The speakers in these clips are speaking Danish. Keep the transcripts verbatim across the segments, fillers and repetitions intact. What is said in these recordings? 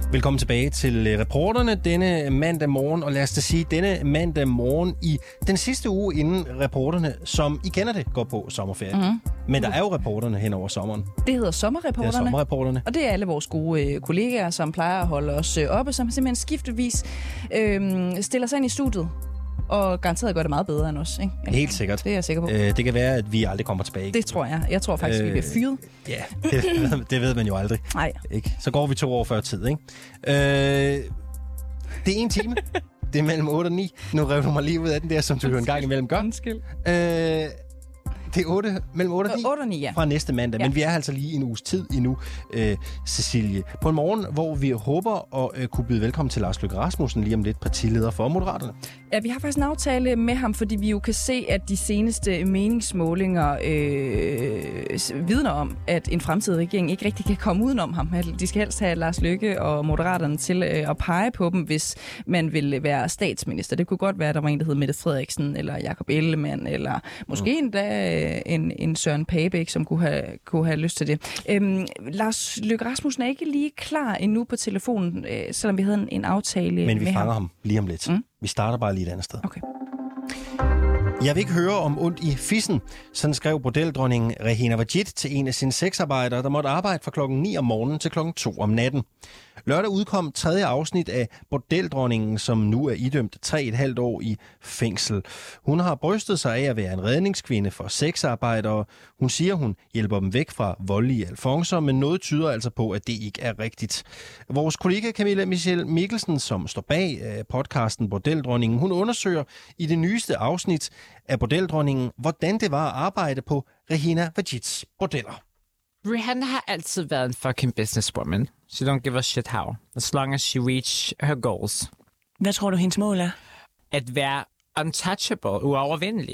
Velkommen tilbage til reporterne denne mandag morgen, og lad os da sige denne mandag morgen i den sidste uge inden reporterne, som I kender det, går på sommerferie. Mm-hmm. Men der er jo reporterne hen over sommeren. Det hedder sommerreporterne. Det er sommerreporterne. Og det er alle vores gode øh, kollegaer, som plejer at holde os øh, oppe, som simpelthen skiftevis øh, stiller sig ind i studiet. Og garanteret gør det meget bedre end os, ikke? Eller, helt sikkert. Det er jeg sikker på. Øh, det kan være, at vi aldrig kommer tilbage. Det tror jeg. Jeg tror faktisk, øh, vi bliver fyret. Ja, det ved, det ved man jo aldrig. Nej. Ikke? Så går vi to år før tid, ikke? Øh, det er en time. Det er mellem otte og ni. Nu rev du mig lige ud af den der, som du jo en gang imellem gør. Undskyld. Øh, det er otte, mellem otte og ni, otte og ni ja. fra næste mandag. Ja. Men vi er altså lige en uges tid endnu, øh, Cecilie. På en morgen, hvor vi håber at øh, kunne byde velkommen til Lars Løkke Rasmussen, lige om lidt partileder for Moderaterne. Ja, vi har faktisk en aftale med ham, fordi vi jo kan se, at de seneste meningsmålinger øh, vidner om, at en fremtidig regering ikke rigtig kan komme udenom ham. De skal helst have Lars Løkke og Moderaterne til øh, at pege på dem, hvis man vil være statsminister. Det kunne godt være, at der var en, der hed Mette Frederiksen, eller Jakob Ellemann, eller måske mm. endda en, en Søren Pape, som kunne have, kunne have lyst til det. Øhm, Lars Løkke Rasmussen er ikke lige klar endnu på telefonen, øh, selvom vi havde en, en aftale med ham. Men vi fanger ham. ham lige om lidt. Mm. Vi starter bare lige et andet sted. Okay. Jeg vil ikke høre om ondt i fissen, sådan skrev bordeldronningen Regina Vajit til en af sine sexarbejdere, der måtte arbejde fra klokken ni om morgenen til klokken to om natten. Lørdag udkom tredje afsnit af Bordeldronningen, som nu er idømt tre et halvt år i fængsel. Hun har brystet sig af at være en redningskvinde for sexarbejdere. Hun siger, hun hjælper dem væk fra voldelige alfonser, men noget tyder altså på, at det ikke er rigtigt. Vores kollega Camilla Michelle Mikkelsen, som står bag podcasten Bordeldronningen, hun undersøger i det nyeste afsnit af Bordeldronningen, hvordan det var at arbejde på Regina Vajits bordeller. Rihanna har altid været en fucking businesswoman. She don't give a shit how. As long as she reach her goals. Hvad tror du, hendes mål er? At være untouchable, uovervindelig.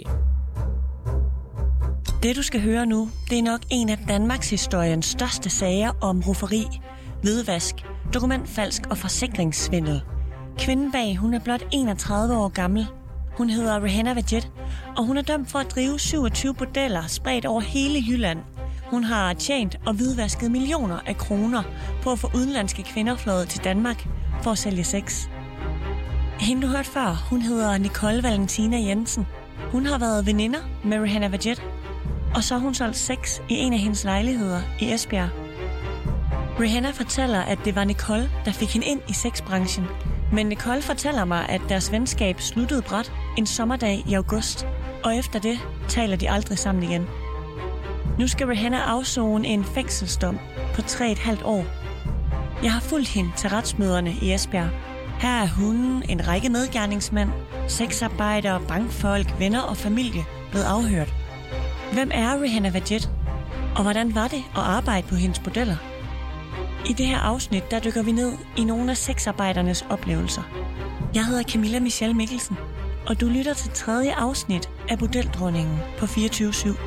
Det, du skal høre nu, det er nok en af Danmarks historiens største sager om rufferi, hvidvask, dokumentfalsk og forsikringssvindel. Kvinden bag, hun er blot enogtredive år gammel. Hun hedder Regina Vajit, og hun er dømt for at drive syvogtyve bordeller spredt over hele Jylland. Hun har tjent og hvidvasket millioner af kroner på at få udenlandske kvinder fløjet til Danmark for at sælge sex. Hende du hørte før, hun hedder Nicole Valentina Jensen. Hun har været veninder med Regina Vajit, og så har hun solgt sex i en af hendes lejligheder i Esbjerg. Regina fortæller, at det var Nicole, der fik hende ind i sexbranchen. Men Nicole fortæller mig, at deres venskab sluttede brat en sommerdag i august, og efter det taler de aldrig sammen igen. Nu skal Regina afsone en fængselsdom på tre et halvt år. Jeg har fulgt hende til retsmøderne i Esbjerg. Her er hun, en række medgerningsmænd, sexarbejdere, bankfolk, venner og familie blevet afhørt. Hvem er Regina Vajit? Og hvordan var det at arbejde på hendes bordeller? I det her afsnit, der dykker vi ned i nogle af sexarbejdernes oplevelser. Jeg hedder Camilla Michelle Mikkelsen, og du lytter til tredje afsnit af Bordeldronningen på fireogtyve syv.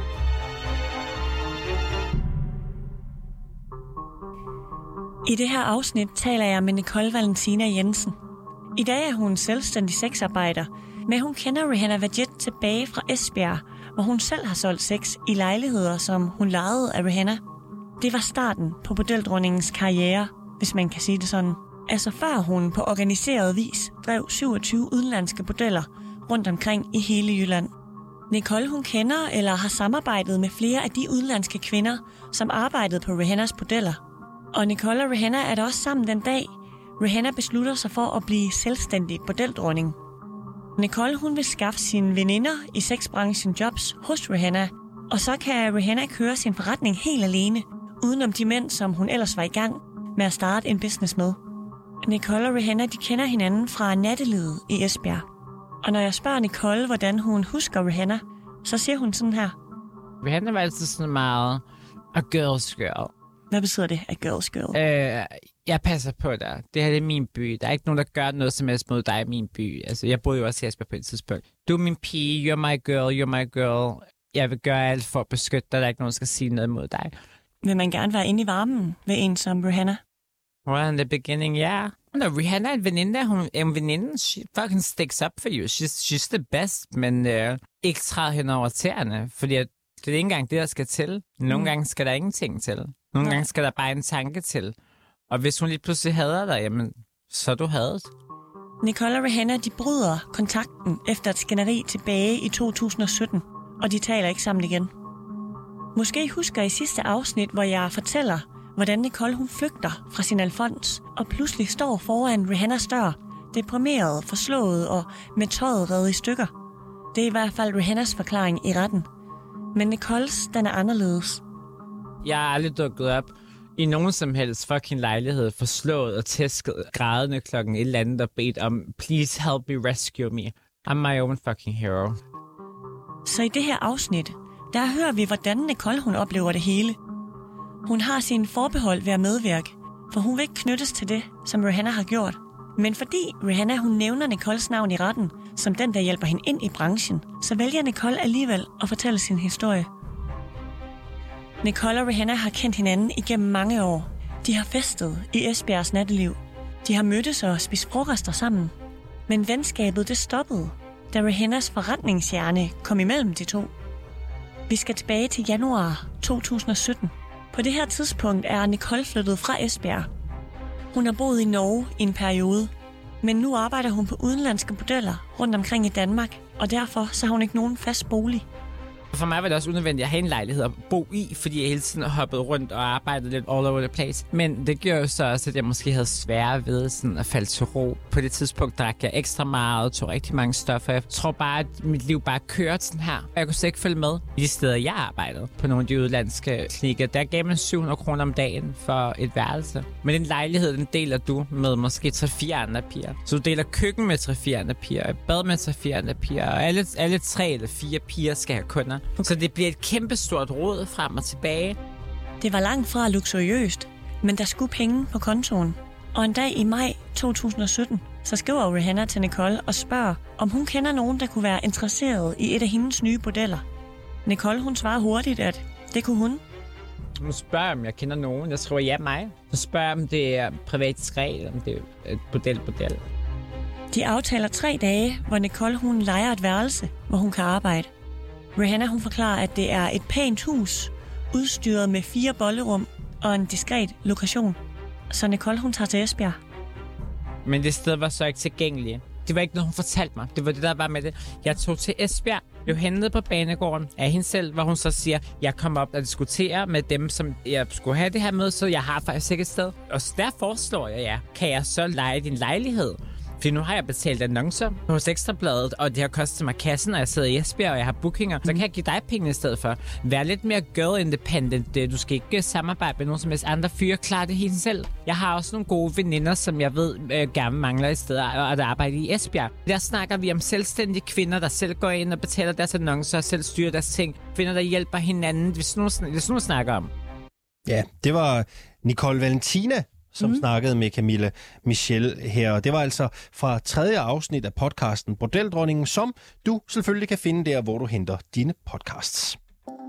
I det her afsnit taler jeg med Nicole Valentina Jensen. I dag er hun selvstændig sexarbejder, men hun kender Regina Vajit tilbage fra Esbjerg, hvor hun selv har solgt sex i lejligheder, som hun lejede af Regina. Det var starten på bordeldronningens karriere, hvis man kan sige det sådan. Altså før hun på organiseret vis drev syvogtyve udenlandske bordeller rundt omkring i hele Jylland. Nicole hun kender eller har samarbejdet med flere af de udenlandske kvinder, som arbejdede på Reginas bordeller. Og Nicole og Regina er der også sammen den dag, Regina beslutter sig for at blive selvstændig bordeldronning. Nicole hun vil skaffe sine veninder i sexbranchen jobs hos Regina, og så kan Regina køre sin forretning helt alene, udenom de mænd, som hun ellers var i gang med at starte en business med. Nicole og Regina de kender hinanden fra nattelivet i Esbjerg. Og når jeg spørger Nicole, hvordan hun husker Regina, så siger hun sådan her. Regina var altid sådan meget a girl's girl. Hvad betyder det, a girl's girl? Øh, jeg passer på dig. Det her det er min by. Der er ikke nogen, der gør noget som helst mod dig i min by. Altså, jeg boede jo også i Esbjerg på et tidspunkt. Du er min pige, you're my girl, you're my girl. Jeg vil gøre alt for at beskytte dig, der er ikke nogen, der skal sige noget mod dig. Vil man gerne være inde i varmen ved en som Regina? Well, in the beginning, yeah. No, Regina er en veninde. Hun er en veninde. She fucking sticks up for you. She's, she's the best, men uh, ikke træder hende over tæerne, fordi at det er ikke engang det, der skal til. Nogle mm. gange skal der ingenting til. Nogle Nej. gange skal der bare en tanke til. Og hvis hun lige pludselig hader dig, jamen, så er du hadet. Nicole og Rihanna, de bryder kontakten efter et skænderi tilbage i to tusind og sytten, og de taler ikke sammen igen. Måske husker I sidste afsnit, hvor jeg fortæller, hvordan Nicole hun flygter fra sin Alfons, og pludselig står foran Rihannas dør, deprimeret, forslået og med tøjet revet i stykker. Det er i hvert fald Rihannas forklaring i retten. Men Nicoles, den er anderledes. Jeg har aldrig dukket op i nogen som helst fucking lejlighed, forslået og tæsket, grædende klokken et eller andet og bedt om, please help me, rescue me. I'm my own fucking hero. Så i det her afsnit, der hører vi, hvordan Nicole hun oplever det hele. Hun har sin forbehold ved at medvirke, for hun vil ikke knyttes til det, som Rihanna har gjort. Men fordi Rihanna hun nævner Nicoles navn i retten, som den, der hjælper hende ind i branchen, så vælger Nicole alligevel at fortælle sin historie. Nicole og Rihanna har kendt hinanden igennem mange år. De har festet i Esbjergs natteliv. De har mødtes og spist frokoster sammen. Men venskabet det stoppede, da Rihannas forretningshjerne kom imellem de to. Vi skal tilbage til januar to tusind og sytten. På det her tidspunkt er Nicole flyttet fra Esbjerg. Hun har boet i Norge i en periode, men nu arbejder hun på udenlandske bordeller rundt omkring i Danmark, og derfor så har hun ikke nogen fast bolig. For mig var det også unødvendigt at have en lejlighed at bo i, fordi jeg hele tiden har hoppet rundt og arbejdet lidt all over the place. Men det gjorde jo så også, at jeg måske havde sværere ved sådan at falde til ro. På det tidspunkt drak jeg ekstra meget og tog rigtig mange stoffer. Jeg tror bare, at mit liv bare kørte sådan her. Og jeg kunne slet ikke følge med i de steder, jeg arbejdede. På nogle af de udlandske klinikker. Der gav man syv hundrede kroner om dagen for et værelse. Men den lejlighed, den deler du med måske tre-fire andre piger. Så du deler køkken med tre-fire andre piger, bad med tre-fire andre piger, og alle, alle tre eller fire piger skal have kunder. Så det bliver et kæmpestort råd frem og tilbage. Det var langt fra luksuriøst, men der skulle penge på kontoen. Og en dag i maj to tusind og sytten, så skriver Rihanna til Nicole og spørger, om hun kender nogen, der kunne være interesseret i et af hendes nye bordeller. Nicole, hun svarer hurtigt, at det kunne hun. Nu spørger jeg, om jeg kender nogen. Jeg skriver ja mig. Så spørger jeg, om det er privat skræd, om det er et bordel-bordel. De aftaler tre dage, hvor Nicole hun lejer et værelse, hvor hun kan arbejde. Rihanna hun forklarer, at det er et pænt hus, udstyret med fire bollerum og en diskret lokation. Så Nicole hun tager til Esbjerg. Men det sted var så ikke tilgængeligt. Det var ikke noget, hun fortalte mig. Det var det, der var med det. Jeg tog til Esbjerg, blev hentet på banegården af hende selv, hvor hun så siger, jeg kom op og diskuterer med dem, som jeg skulle have det her med, så jeg har faktisk ikke et sted. Og der foreslår jeg, ja, kan jeg så leje din lejlighed? Fordi nu har jeg betalt annoncer hos Ekstrabladet, og det har kostet mig kassen, og jeg sidder i Esbjerg, og jeg har bookinger. Så kan jeg give dig penge i stedet for. Vær lidt mere girl independent. Du skal ikke samarbejde med nogen som helst andre fyre. Klar det helt selv. Jeg har også nogle gode veninder, som jeg ved øh, gerne mangler et sted at arbejde i Esbjerg. Der snakker vi om selvstændige kvinder, der selv går ind og betaler deres annoncer og selv styrer deres ting. Kvinder, der hjælper hinanden. Det er sådan noget, noget snakker om. Ja, det var Nicole Valentina, som mm. snakkede med Camilla Michelle her. Det var altså fra tredje afsnit af podcasten Bordeldronningen, som du selvfølgelig kan finde der, hvor du henter dine podcasts.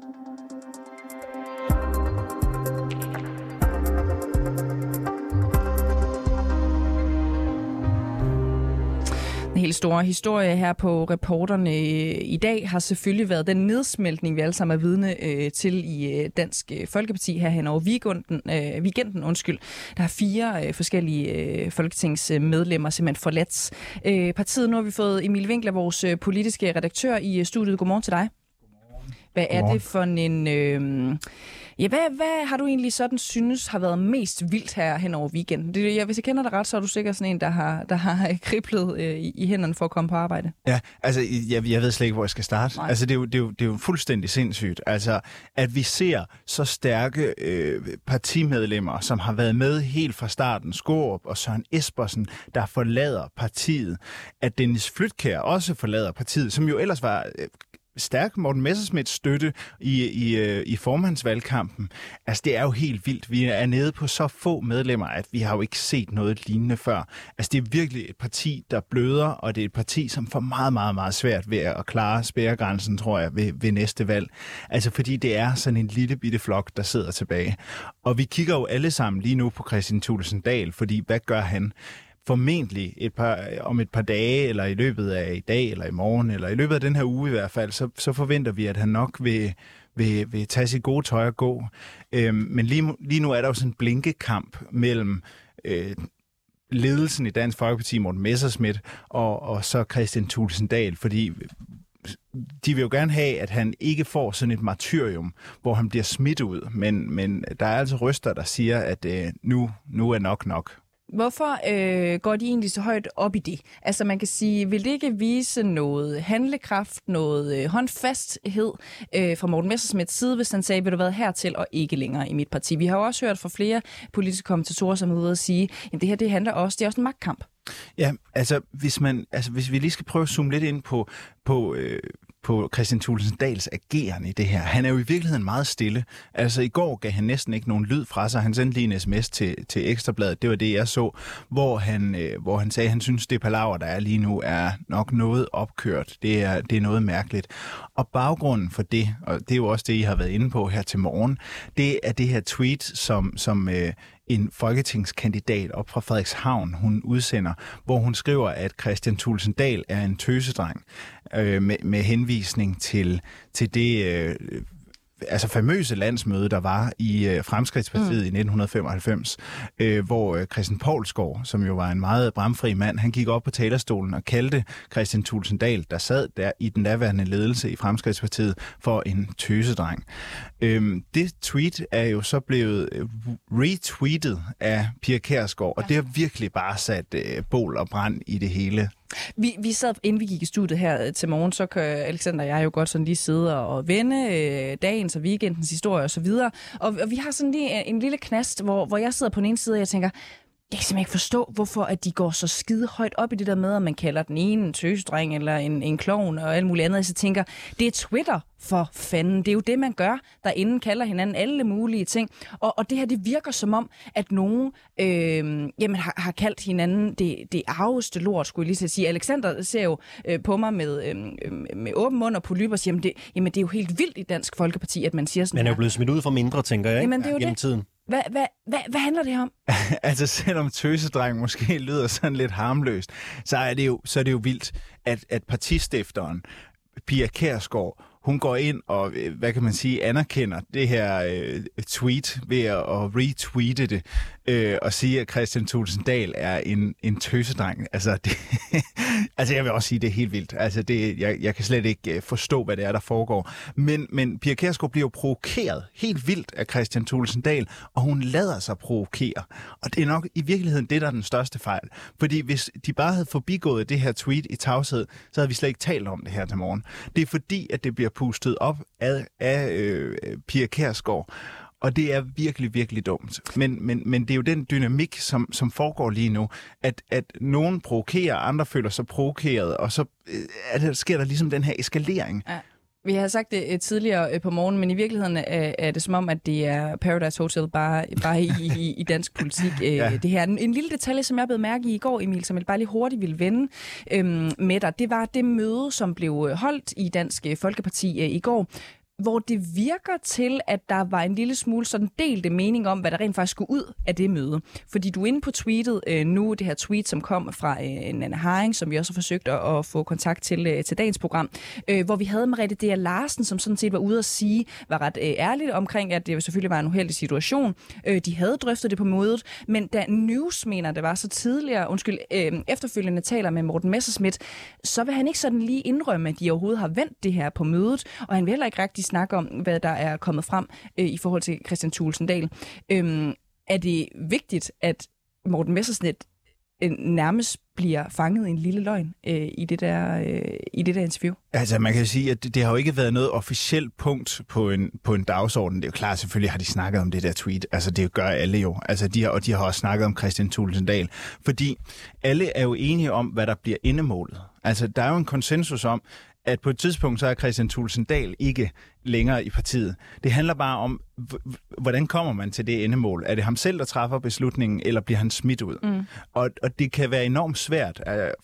Den helt store historie her på Reporterne i dag har selvfølgelig været den nedsmeltning, vi alle sammen er vidne øh, til i øh, Dansk Folkeparti her hen over weekenden. Øh, weekenden undskyld. Der er fire øh, forskellige øh, folketingsmedlemmer simpelthen forladt øh, partiet. Nu har vi fået Emil Winkler, vores øh, politiske redaktør i studiet. Godmorgen til dig. Godmorgen. Hvad er Godmorgen. det for en... Øh, Ja, hvad, hvad har du egentlig sådan synes har været mest vildt her hen over weekenden? Det, ja, hvis jeg kender dig ret, så er du sikkert sådan en, der har, der har kriblet øh, i, i hænderne for at komme på arbejde. Ja, altså jeg, jeg ved slet ikke, hvor jeg skal starte. Nej. Altså det er, jo, det, er jo, det er jo fuldstændig sindssygt. Altså at vi ser så stærke øh, partimedlemmer, som har været med helt fra starten, Skaarup og Søren Espersen, der forlader partiet. At Dennis Flydtkjær også forlader partiet, som jo ellers var... Øh, stærk Morten Messerschmidts støtte i, i, i formandsvalgkampen. Altså, det er jo helt vildt. Vi er nede på så få medlemmer, at vi har jo ikke set noget lignende før. Altså, det er virkelig et parti, der bløder, og det er et parti, som får meget, meget, meget svært ved at klare spærregrænsen, tror jeg, ved, ved næste valg. Altså, fordi det er sådan en lille bitte flok, der sidder tilbage. Og vi kigger jo alle sammen lige nu på Kristian Thulesen Dahl, fordi hvad gør han? Formentlig et par, om et par dage, eller i løbet af i dag, eller i morgen, eller i løbet af den her uge i hvert fald, så, så forventer vi, at han nok vil, vil, vil tage sit gode tøj og gå. Øhm, men lige, lige nu er der jo sådan en blinkekamp mellem øh, ledelsen i Dansk Folkeparti, Morten Messerschmidt, og, og så Kristian Thulesen Dahl, fordi de vil jo gerne have, at han ikke får sådan et martyrium, hvor han bliver smidt ud, men, men der er altså røster, der siger, at øh, nu, nu er nok nok. Hvorfor øh, går de egentlig så højt op i det? Altså man kan sige, vil det ikke vise noget handlekraft, noget øh, håndfasthed øh, fra Morten Messerschmidts side, hvis han sagde, vil du være hertil og ikke længere i mit parti? Vi har jo også hørt fra flere politiske kommentatorer, som er ude at sige, at det her det handler også, det er også en magtkamp. Ja, altså hvis, man, altså hvis vi lige skal prøve at zoome lidt ind på, på, øh, på Kristian Thulesen Dahls ageren i det her. Han er jo i virkeligheden meget stille. Altså i går gav han næsten ikke nogen lyd fra sig. Han sendte lige en sms til, til Ekstrabladet, det var det jeg så, hvor han, øh, hvor han sagde, at han synes, det palaver, der er lige nu, er nok noget opkørt. Det er, det er noget mærkeligt. Og baggrunden for det, og det er jo også det, I har været inde på her til morgen, det er det her tweet, som, som øh, en folketingskandidat op fra Frederikshavn, hun udsender, hvor hun skriver, at Kristian Thulesen Dahl er en tøsedreng, øh, med, med henvisning til, til det øh, altså famøse landsmøde, der var i øh, Fremskridtspartiet mm. i nitten femoghalvfems, øh, hvor øh, Christian Poulsgaard, som jo var en meget bramfri mand, han gik op på talerstolen og kaldte Kristian Thulesen Dahl, der sad der i den daværende ledelse i Fremskridtspartiet, for en tøsedreng. Øh, det tweet er jo så blevet retweetet af Pia Kjærsgaard, og det har virkelig bare sat øh, bål og brand i det hele. Vi, vi sad, inden vi gik i studiet her til morgen, så kan Alexander og jeg jo godt sådan lige sidde og vende øh, dagens og weekendens historie og så videre. Og, og vi har sådan lige en lille knast, hvor, hvor jeg sidder på den ene side, og jeg tænker, jeg kan simpelthen ikke forstå, hvorfor at de går så skide højt op i det der med, at man kalder den ene en tøsedreng eller en, en klovn og alt muligt andet. Så tænker, det er Twitter for fanden. Det er jo det, man gør, derinde kalder hinanden alle mulige ting. Og, og det her, det virker som om, at nogen øh, jamen, har, har kaldt hinanden det, det arveste lort, skulle jeg lige til sige. Alexander ser jo øh, på mig med, øh, med åben mund og polyp og siger, jamen det, jamen det er jo helt vildt i Dansk Folkeparti, at man siger sådan. Man er jo blevet smidt ud for mindre, tænker jeg, ikke? Jamen, det er jo gennem det. tiden. Hvad, hvad, hvad, hvad handler det om? Altså selvom tøsedreng måske lyder sådan lidt harmløst, så er det jo, så er det jo vildt, at, at partistifteren Pia Kjærsgaard, hun går ind og, hvad kan man sige, anerkender det her øh, tweet ved at, at retweete det øh, og sige, at Kristian Thulesen Dahl er en, en tøsedreng. Altså, det, altså, jeg vil også sige, at det er helt vildt. Altså, det, jeg, jeg kan slet ikke forstå, hvad det er, der foregår. Men, men Pia Kjærsgaard bliver jo provokeret helt vildt af Kristian Thulesen Dahl, og hun lader sig provokere. Og det er nok i virkeligheden det, der er den største fejl. Fordi hvis de bare havde forbigået det her tweet i tavshed, så havde vi slet ikke talt om det her til morgen. Det er fordi, at det bliver pustet op af, af øh, Pia Kjærsgaard. Og det er virkelig, virkelig dumt. Men, men, men det er jo den dynamik, som, som foregår lige nu, at, at nogen provokerer, andre føler sig provokeret, og så øh, at der sker der ligesom den her eskalering. Ja. Vi har sagt det tidligere på morgen, men i virkeligheden er, er det som om, at det er Paradise Hotel bare, bare i, i, i dansk politik. Ja. Det her. En, en lille detalje, som jeg blev mærke i i går, Emil, som jeg bare lige hurtigt ville vende øhm, med dig, det var det møde, som blev holdt i Dansk Folkeparti øh, i går, hvor det virker til, at der var en lille smule sådan delte mening om, hvad der rent faktisk skulle ud af det møde. Fordi du er inde på tweetet øh, nu, det her tweet, som kom fra øh, en Anne Haring, som vi også har forsøgt at, at få kontakt til øh, til dagens program, øh, hvor vi havde Merete Dea Larsen, som sådan set var ude at sige, var ret øh, ærligt omkring, at det selvfølgelig var en uheldig situation. Øh, de havde drøftet det på mødet, men da News mener, det var så tidligere, undskyld, øh, efterfølgende taler med Morten Messerschmidt, så vil han ikke sådan lige indrømme, at de overhovedet har vendt det her på mødet, og han vil heller ikke rigtig snakke om, hvad der er kommet frem øh, i forhold til Kristian Thulesen Dahl. Øhm, er det vigtigt, at Morten Messerschmidt øh, nærmest bliver fanget i en lille løgn øh, i, det der, øh, i det der interview? Altså, man kan sige, at det, det har jo ikke været noget officielt punkt på en, på en dagsorden. Det er jo klart, selvfølgelig har de snakket om det der tweet. Altså, det gør alle jo. Altså, de har, og de har også snakket om Kristian Thulesen Dahl. Fordi alle er jo enige om, hvad der bliver endemålet. Altså, der er jo en konsensus om, at på et tidspunkt, så er Kristian Thulesen Dahl ikke længere i partiet. Det handler bare om, hvordan kommer man til det endemål? Er det ham selv, der træffer beslutningen, eller bliver han smidt ud? Mm. Og, og det kan være enormt svært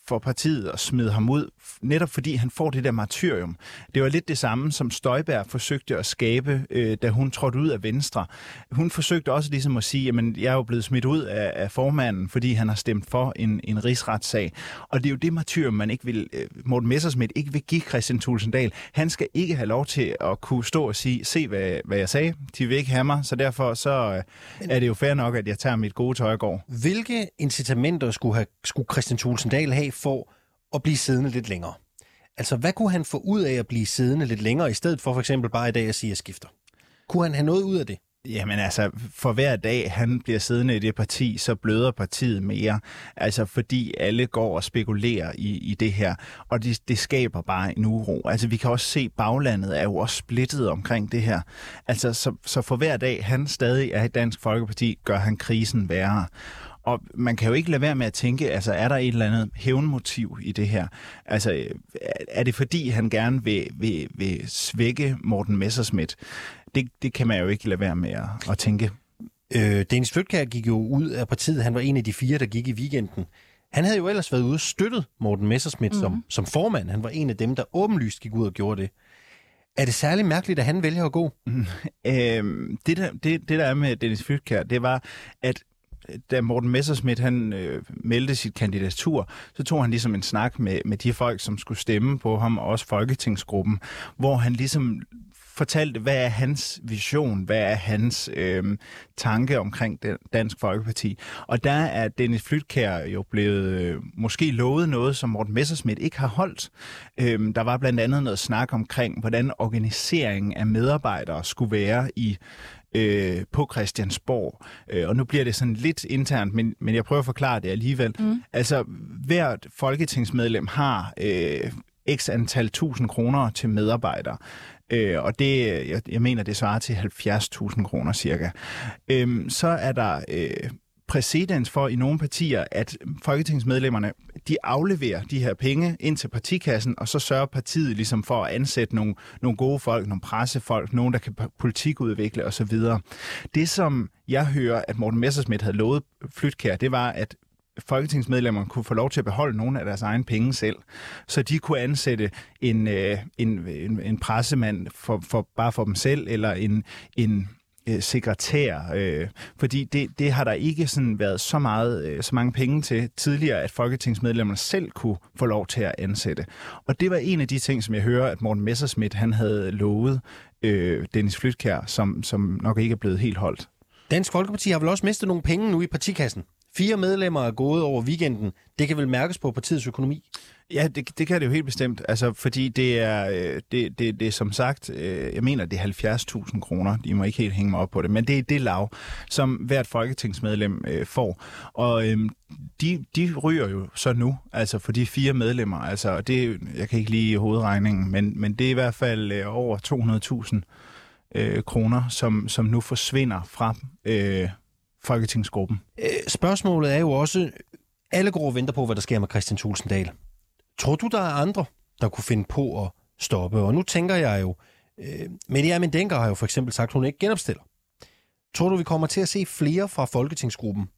for partiet at smide ham ud, netop fordi han får det der martyrium. Det var lidt det samme, som Støjberg forsøgte at skabe, øh, da hun trådte ud af Venstre. Hun forsøgte også ligesom at sige, jamen jeg er jo blevet smidt ud af, af formanden, fordi han har stemt for en, en rigsretssag. Og det er jo det martyrium, man ikke vil, øh, Morten Messerschmidt ikke vil give Kristian Thulesen Dahl. Han skal ikke have lov til at kunne stå og sige, se hvad, hvad jeg sagde, de vil ikke have mig, så derfor så øh, er det jo fair nok, at jeg tager mit gode tøj og går. Hvilke incitamenter skulle, have, skulle Kristian Thulesen Dahl have for at blive siddende lidt længere? Altså, hvad kunne han få ud af at blive siddende lidt længere, i stedet for for eksempel bare i dag at sige, at jeg skifter? Kunne han have noget ud af det? Jamen altså, for hver dag han bliver siddende i det parti, så bløder partiet mere. Altså fordi alle går og spekulerer i, i det her, og det, det skaber bare en uro. Altså vi kan også se, baglandet er jo også splittet omkring det her. Altså så, så for hver dag han stadig er i Dansk Folkeparti, gør han krisen værre. Og man kan jo ikke lade være med at tænke, altså er der et eller andet hævnmotiv i det her? Altså er det fordi, han gerne vil, vil, vil svække Morten Messerschmidt? Det, det kan man jo ikke lade være med at, at tænke. Øh, Dennis Flydtkjær gik jo ud af partiet. Han var en af de fire, der gik i weekenden. Han havde jo ellers været ude og støttet Morten Messerschmidt mm. som, som formand. Han var en af dem, der åbenlyst gik ud og gjorde det. Er det særlig mærkeligt, at han vælger at gå? Mm. Øhm, det, der, det, det der er med Dennis Flydtkjær, det var, at da Morten Messerschmidt han øh, meldte sit kandidatur, så tog han ligesom en snak med, med de folk, som skulle stemme på ham, og også Folketingsgruppen, hvor han ligesom fortalte, hvad er hans vision, hvad er hans øh, tanke omkring Dansk Folkeparti. Og der er Dennis Flydtkjær jo blevet øh, måske lovet noget, som Morten Messerschmidt ikke har holdt. Øh, der var blandt andet noget snak omkring, hvordan organiseringen af medarbejdere skulle være i Øh, på Christiansborg. Øh, og nu bliver det sådan lidt internt, men, men jeg prøver at forklare det alligevel. Mm. Altså, hvert folketingsmedlem har øh, x antal tusind kroner til medarbejdere. Øh, og det, jeg, jeg mener, det svarer til halvfjerds tusind kroner cirka. Øh, så er der øh, præcedens for i nogle partier, at folketingsmedlemmerne, de afleverer de her penge ind til partikassen, og så sørger partiet ligesom for at ansætte nogle, nogle gode folk, nogle pressefolk, nogen, der kan politikudvikle osv. Det, som jeg hører, at Morten Messerschmidt havde lovet Flydtkjær, det var, at folketingsmedlemmerne kunne få lov til at beholde nogle af deres egne penge selv, så de kunne ansætte en, en, en, en pressemand for, for, bare for dem selv, eller en, en sekretær, øh, fordi det, det har der ikke sådan været så meget øh, så mange penge til tidligere, at folketingsmedlemmerne selv kunne få lov til at ansætte. Og det var en af de ting, som jeg hører, at Morten Messerschmidt han havde lovet øh, Dennis Flydtkjær, som, som nok ikke er blevet helt holdt. Dansk Folkeparti har vel også mistet nogle penge nu i partikassen. Fire medlemmer er gået over weekenden. Det kan vel mærkes på partiets økonomi? Ja, det, det kan det jo helt bestemt. Altså, fordi det er, det, det, det er som sagt, jeg mener, det er halvfjerds tusind kroner. De må ikke helt hænge mig op på det, men det er det lav, som hvert folketingsmedlem øh, får. Og øh, de, de ryger jo så nu, altså for de fire medlemmer. Altså, det, jeg kan ikke lige i hovedregningen, men, men det er i hvert fald øh, over to hundrede tusind øh, kroner, som, som nu forsvinder fra øh, Folketingsgruppen. Spørgsmålet er jo også, alle går og venter på, hvad der sker med Kristian Thulesen Dahl. Tror du, der er andre, der kunne finde på at stoppe? Og nu tænker jeg jo, øh, Mette Hjermind Dencker har jo for eksempel sagt, at hun ikke genopstiller. Tror du, vi kommer til at se flere fra Folketingsgruppen,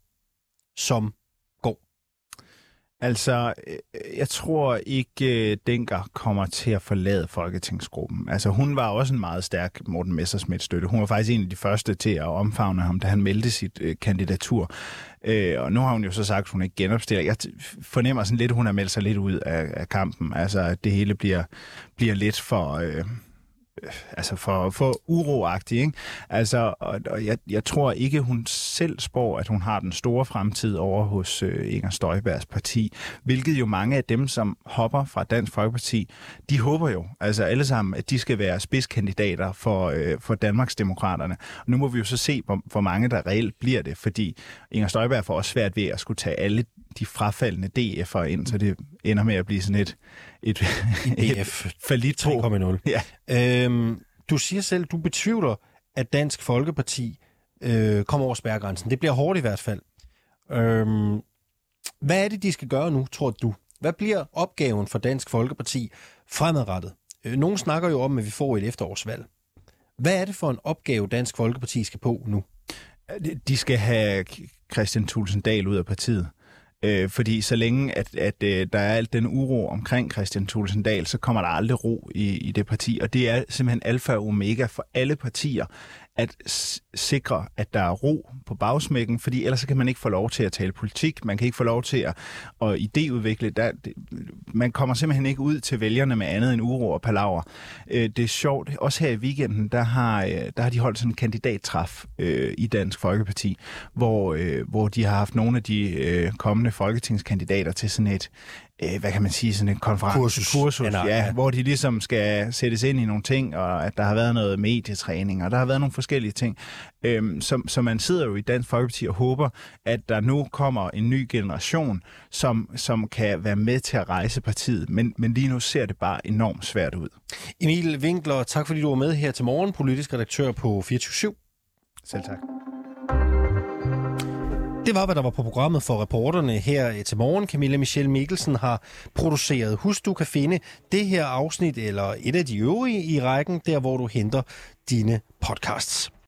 som går? Altså, jeg tror ikke, Dencker kommer til at forlade Folketingsgruppen. Altså, hun var også en meget stærk Morten Messerschmidt-støtte. Hun var faktisk en af de første til at omfavne ham, da han meldte sit øh, kandidatur. Øh, og nu har hun jo så sagt, at hun ikke genopstiller. Jeg fornemmer sådan lidt, at hun har meldt sig lidt ud af, af kampen. Altså, at det hele bliver, bliver lidt for... Øh, altså for, for uroagtig, ikke? Altså, og, og jeg, jeg tror ikke, hun selv spår, at hun har den store fremtid over hos øh, Inger Støjbergs parti, hvilket jo mange af dem, som hopper fra Dansk Folkeparti, de håber jo, altså alle sammen, at de skal være spidskandidater for, øh, for Danmarksdemokraterne. Og nu må vi jo så se, hvor, hvor mange der reelt bliver det, fordi Inger Støjberg får også svært ved at skulle tage alle de frafaldende D F'ere ind, så det ender med at blive sådan et et, D F tre komma nul. Ja. Øhm, du siger selv, du betvivler, at Dansk Folkeparti øh, kommer over spærregrænsen. Det bliver hårdt i hvert fald. Øhm, hvad er det, de skal gøre nu, tror du? Hvad bliver opgaven for Dansk Folkeparti fremadrettet? Øh, nogle snakker jo om, at vi får et efterårsvalg. Hvad er det for en opgave, Dansk Folkeparti skal på nu? De skal have Kristian Thulesen Dahl ud af partiet. Øh, fordi så længe, at, at øh, der er alt den uro omkring Kristian Thulesen Dahl, så kommer der aldrig ro i, i det parti. Og det er simpelthen alfa og omega for alle partier, at s- sikre, at der er ro på bagsmækken, fordi ellers så kan man ikke få lov til at tale politik, man kan ikke få lov til at, at idéudvikle. Der, det, man kommer simpelthen ikke ud til vælgerne med andet end uro og palaver. Øh, det er sjovt, også her i weekenden, der har, der har de holdt sådan en kandidattræf øh, i Dansk Folkeparti, hvor, øh, hvor de har haft nogle af de øh, kommende folketingskandidater til sådan et, øh, hvad kan man sige, sådan en konference, kursus, kursus ja, nej, ja, ja. hvor de ligesom skal sættes ind i nogle ting, og at der har været noget medietræning, og der har været nogle forskellige ting. Øhm, så, så man sidder jo i Dansk Folkeparti og håber, at der nu kommer en ny generation, som, som kan være med til at rejse partiet, men, men lige nu ser det bare enormt svært ud. Emil Winkler, tak fordi du var med her til morgen, politisk redaktør på fireogtyve syv. Selv tak. Det var, hvad der var på programmet for reporterne her til morgen. Camilla Michelle Mikkelsen har produceret. Husk, du kan finde det her afsnit eller et af de øvrige i rækken, der hvor du henter dine podcasts.